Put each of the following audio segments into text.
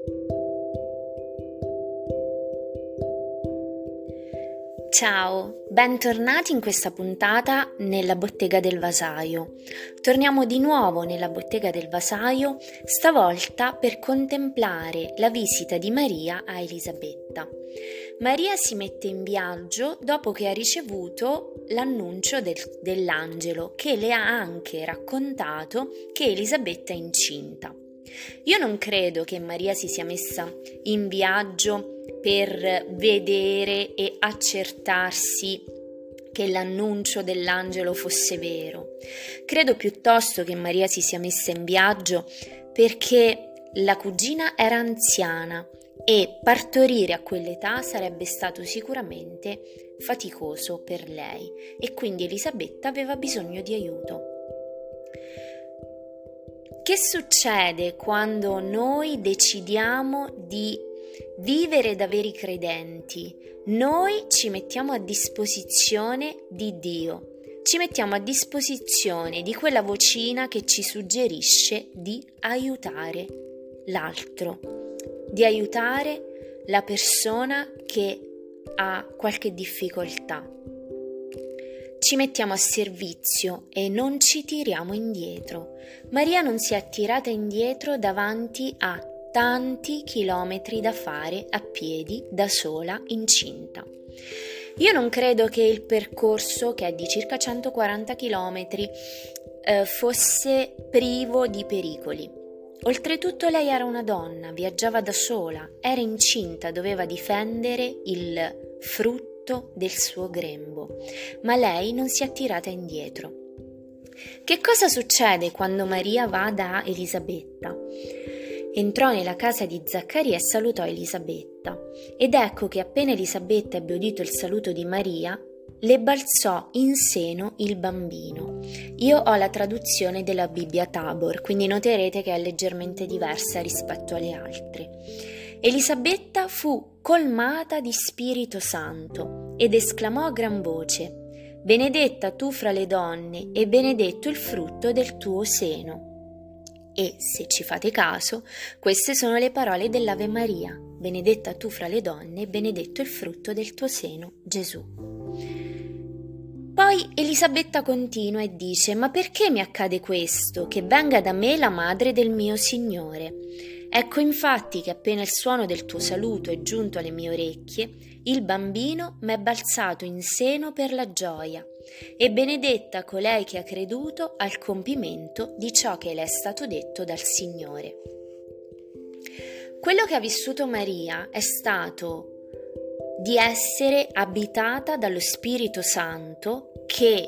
Ciao, bentornati in questa puntata nella Bottega del Vasaio. Torniamo di nuovo nella Bottega del Vasaio, stavolta per contemplare la visita di Maria a Elisabetta. Maria si mette in viaggio dopo che ha ricevuto l'annuncio dell'angelo, che le ha anche raccontato che Elisabetta è incinta. Io non credo che Maria si sia messa in viaggio per vedere e accertarsi che l'annuncio dell'angelo fosse vero. Credo piuttosto che Maria si sia messa in viaggio perché la cugina era anziana e partorire a quell'età sarebbe stato sicuramente faticoso per lei e quindi Elisabetta aveva bisogno di aiuto. Che succede quando noi decidiamo di vivere da veri credenti? Noi ci mettiamo a disposizione di Dio, ci mettiamo a disposizione di quella vocina che ci suggerisce di aiutare l'altro, di aiutare la persona che ha qualche difficoltà. Ci mettiamo a servizio e non ci tiriamo indietro. Maria non si è tirata indietro davanti a tanti chilometri da fare a piedi, da sola, incinta. Io non credo che il percorso, che è di circa 140 chilometri, fosse privo di pericoli. Oltretutto lei era una donna, viaggiava da sola, era incinta, doveva difendere il frutto del suo grembo, ma lei non si è tirata indietro. Che cosa succede quando Maria va da Elisabetta? Entrò nella casa di Zaccaria e salutò Elisabetta, ed ecco che appena Elisabetta ebbe udito il saluto di Maria, le balzò in seno il bambino. Io ho la traduzione della Bibbia Tabor, quindi noterete che è leggermente diversa rispetto alle altre. Elisabetta fu colmata di Spirito Santo ed esclamò a gran voce: «Benedetta tu fra le donne e benedetto il frutto del tuo seno». E, se ci fate caso, queste sono le parole dell'Ave Maria: «Benedetta tu fra le donne e benedetto il frutto del tuo seno, Gesù». Poi Elisabetta continua e dice: «Ma perché mi accade questo? Che venga da me la madre del mio Signore. Ecco infatti che appena il suono del tuo saluto è giunto alle mie orecchie, il bambino m'è balzato in seno per la gioia, e benedetta colei che ha creduto al compimento di ciò che le è stato detto dal Signore». Quello che ha vissuto Maria è stato di essere abitata dallo Spirito Santo che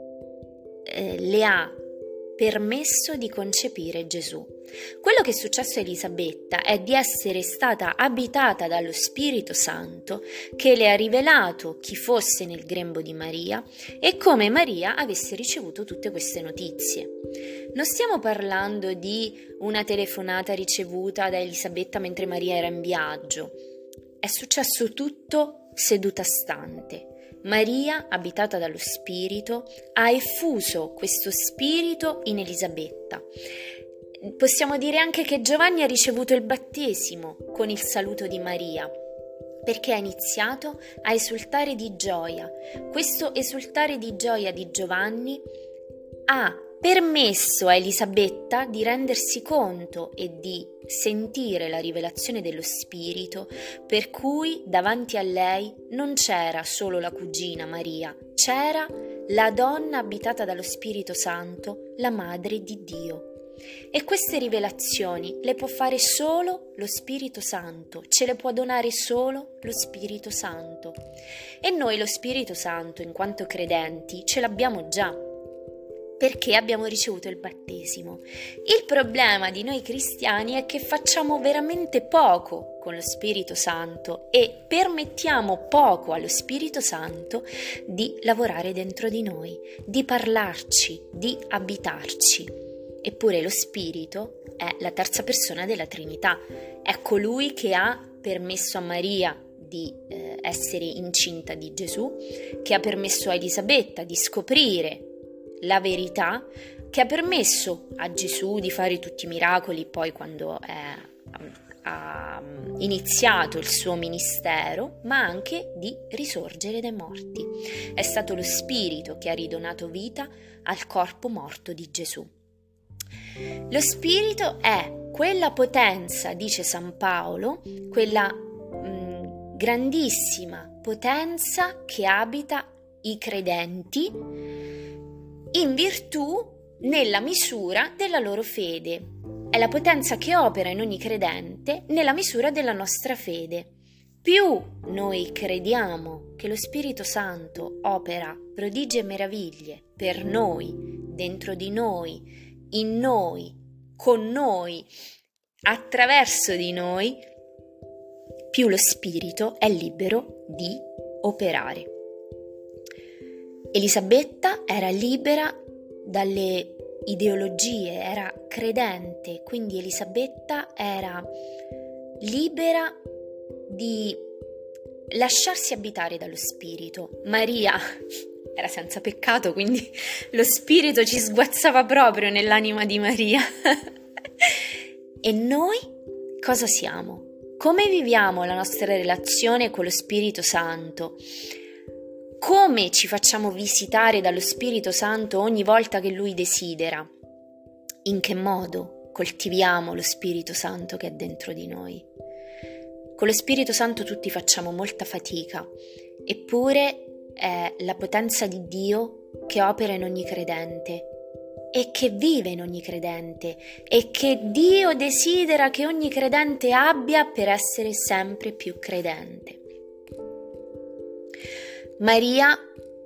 le ha permesso di concepire Gesù. Quello che è successo a Elisabetta è di essere stata abitata dallo Spirito Santo che le ha rivelato chi fosse nel grembo di Maria e come Maria avesse ricevuto tutte queste notizie. Non stiamo parlando di una telefonata ricevuta da Elisabetta mentre Maria era in viaggio. È successo tutto seduta stante. Maria, abitata dallo Spirito, ha effuso questo Spirito in Elisabetta. Possiamo dire anche che Giovanni ha ricevuto il battesimo con il saluto di Maria, perché ha iniziato a esultare di gioia. Questo esultare di gioia di Giovanni ha permesso a Elisabetta di rendersi conto e di sentire la rivelazione dello Spirito, per cui davanti a lei non c'era solo la cugina Maria, c'era la donna abitata dallo Spirito Santo, la Madre di Dio. E queste rivelazioni le può fare solo lo Spirito Santo, ce le può donare solo lo Spirito Santo. E noi lo Spirito Santo, in quanto credenti, ce l'abbiamo già, perché abbiamo ricevuto il battesimo. Il problema di noi cristiani è che facciamo veramente poco con lo Spirito Santo e permettiamo poco allo Spirito Santo di lavorare dentro di noi, di parlarci, di abitarci. Eppure lo Spirito è la terza persona della Trinità, è colui che ha permesso a Maria di essere incinta di Gesù, che ha permesso a Elisabetta di scoprire la verità, che ha permesso a Gesù di fare tutti i miracoli poi quando è ha iniziato il suo ministero, ma anche di risorgere dai morti. È stato lo Spirito che ha ridonato vita al corpo morto di Gesù. Lo Spirito è quella potenza, dice San Paolo, quella grandissima potenza che abita i credenti in virtù nella misura della loro fede. È la potenza che opera in ogni credente nella misura della nostra fede. Più noi crediamo che lo Spirito Santo opera prodigi e meraviglie per noi, dentro di noi, in noi, con noi, attraverso di noi, più lo Spirito è libero di operare. Elisabetta era libera dalle ideologie, era credente, quindi Elisabetta era libera di lasciarsi abitare dallo Spirito. Maria era senza peccato, quindi lo Spirito ci sguazzava proprio nell'anima di Maria. E noi cosa siamo? Come viviamo la nostra relazione con lo Spirito Santo? Come ci facciamo visitare dallo Spirito Santo ogni volta che Lui desidera? In che modo coltiviamo lo Spirito Santo che è dentro di noi? Con lo Spirito Santo tutti facciamo molta fatica, eppure è la potenza di Dio che opera in ogni credente e che vive in ogni credente e che Dio desidera che ogni credente abbia per essere sempre più credente. Maria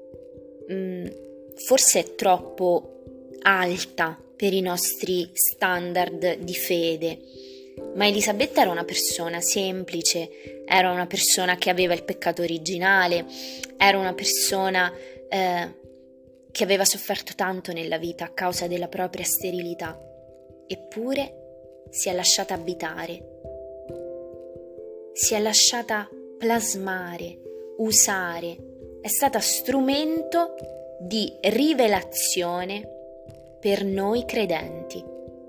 forse è troppo alta per i nostri standard di fede, ma Elisabetta era una persona semplice, era una persona che aveva il peccato originale, era una persona che aveva sofferto tanto nella vita a causa della propria sterilità, eppure si è lasciata abitare, si è lasciata plasmare, usare, è stata strumento di rivelazione per noi credenti.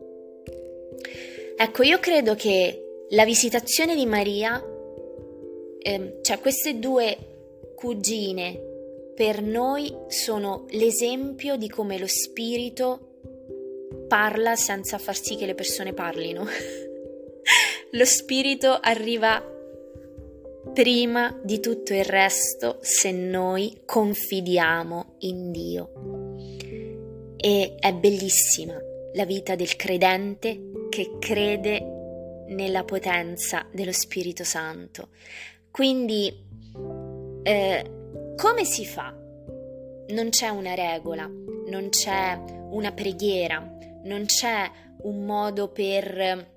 Ecco, io credo che la visitazione di Maria, cioè queste due cugine, per noi sono l'esempio di come lo Spirito parla senza far sì che le persone parlino. Lo Spirito arriva prima di tutto il resto se noi confidiamo in Dio. E è bellissima la vita del credente che crede nella potenza dello Spirito Santo. Quindi come si fa? Non c'è una regola, non c'è una preghiera, non c'è un modo per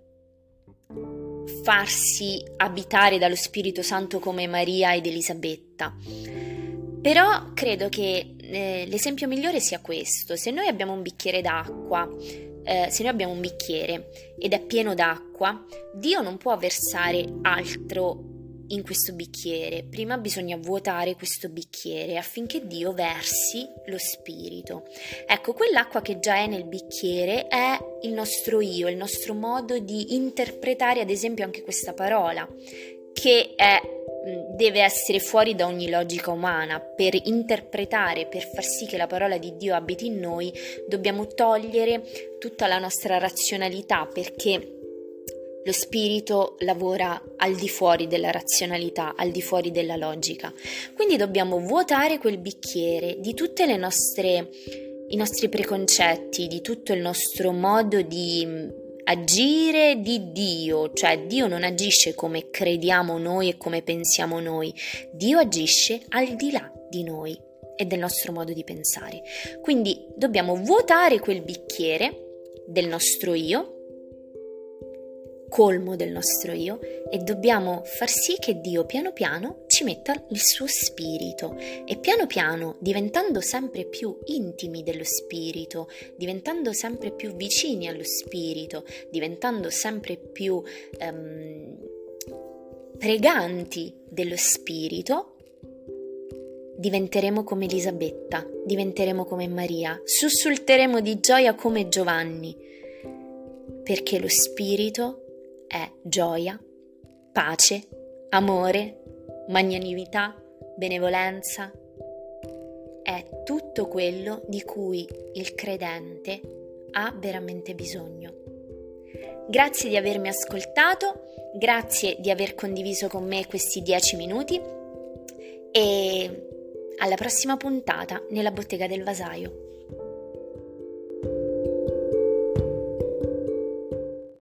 farsi abitare dallo Spirito Santo come Maria ed Elisabetta. Però credo che l'esempio migliore sia questo: se noi abbiamo un bicchiere d'acqua, se noi abbiamo un bicchiere ed è pieno d'acqua, Dio non può versare altro in questo bicchiere. Prima bisogna vuotare questo bicchiere affinché Dio versi lo Spirito. Ecco, quell'acqua che già è nel bicchiere è il nostro io, il nostro modo di interpretare ad esempio anche questa parola, che deve essere fuori da ogni logica umana. Per interpretare, per far sì che la parola di Dio abiti in noi, dobbiamo togliere tutta la nostra razionalità, perché lo Spirito lavora al di fuori della razionalità, al di fuori della logica. Quindi dobbiamo vuotare quel bicchiere di tutte i nostri preconcetti, di tutto il nostro modo di agire di Dio. Cioè Dio non agisce come crediamo noi e come pensiamo noi, Dio agisce al di là di noi e del nostro modo di pensare. Quindi dobbiamo vuotare quel bicchiere del nostro io, colmo del nostro io, e dobbiamo far sì che Dio piano piano ci metta il suo Spirito, e piano piano, diventando sempre più intimi dello Spirito, diventando sempre più vicini allo Spirito, diventando sempre più preganti dello Spirito, diventeremo come Elisabetta, diventeremo come Maria, sussulteremo di gioia come Giovanni, perché lo Spirito è gioia, pace, amore, magnanimità, benevolenza. È tutto quello di cui il credente ha veramente bisogno. Grazie di avermi ascoltato, grazie di aver condiviso con me questi 10 minuti e alla prossima puntata nella Bottega del Vasaio.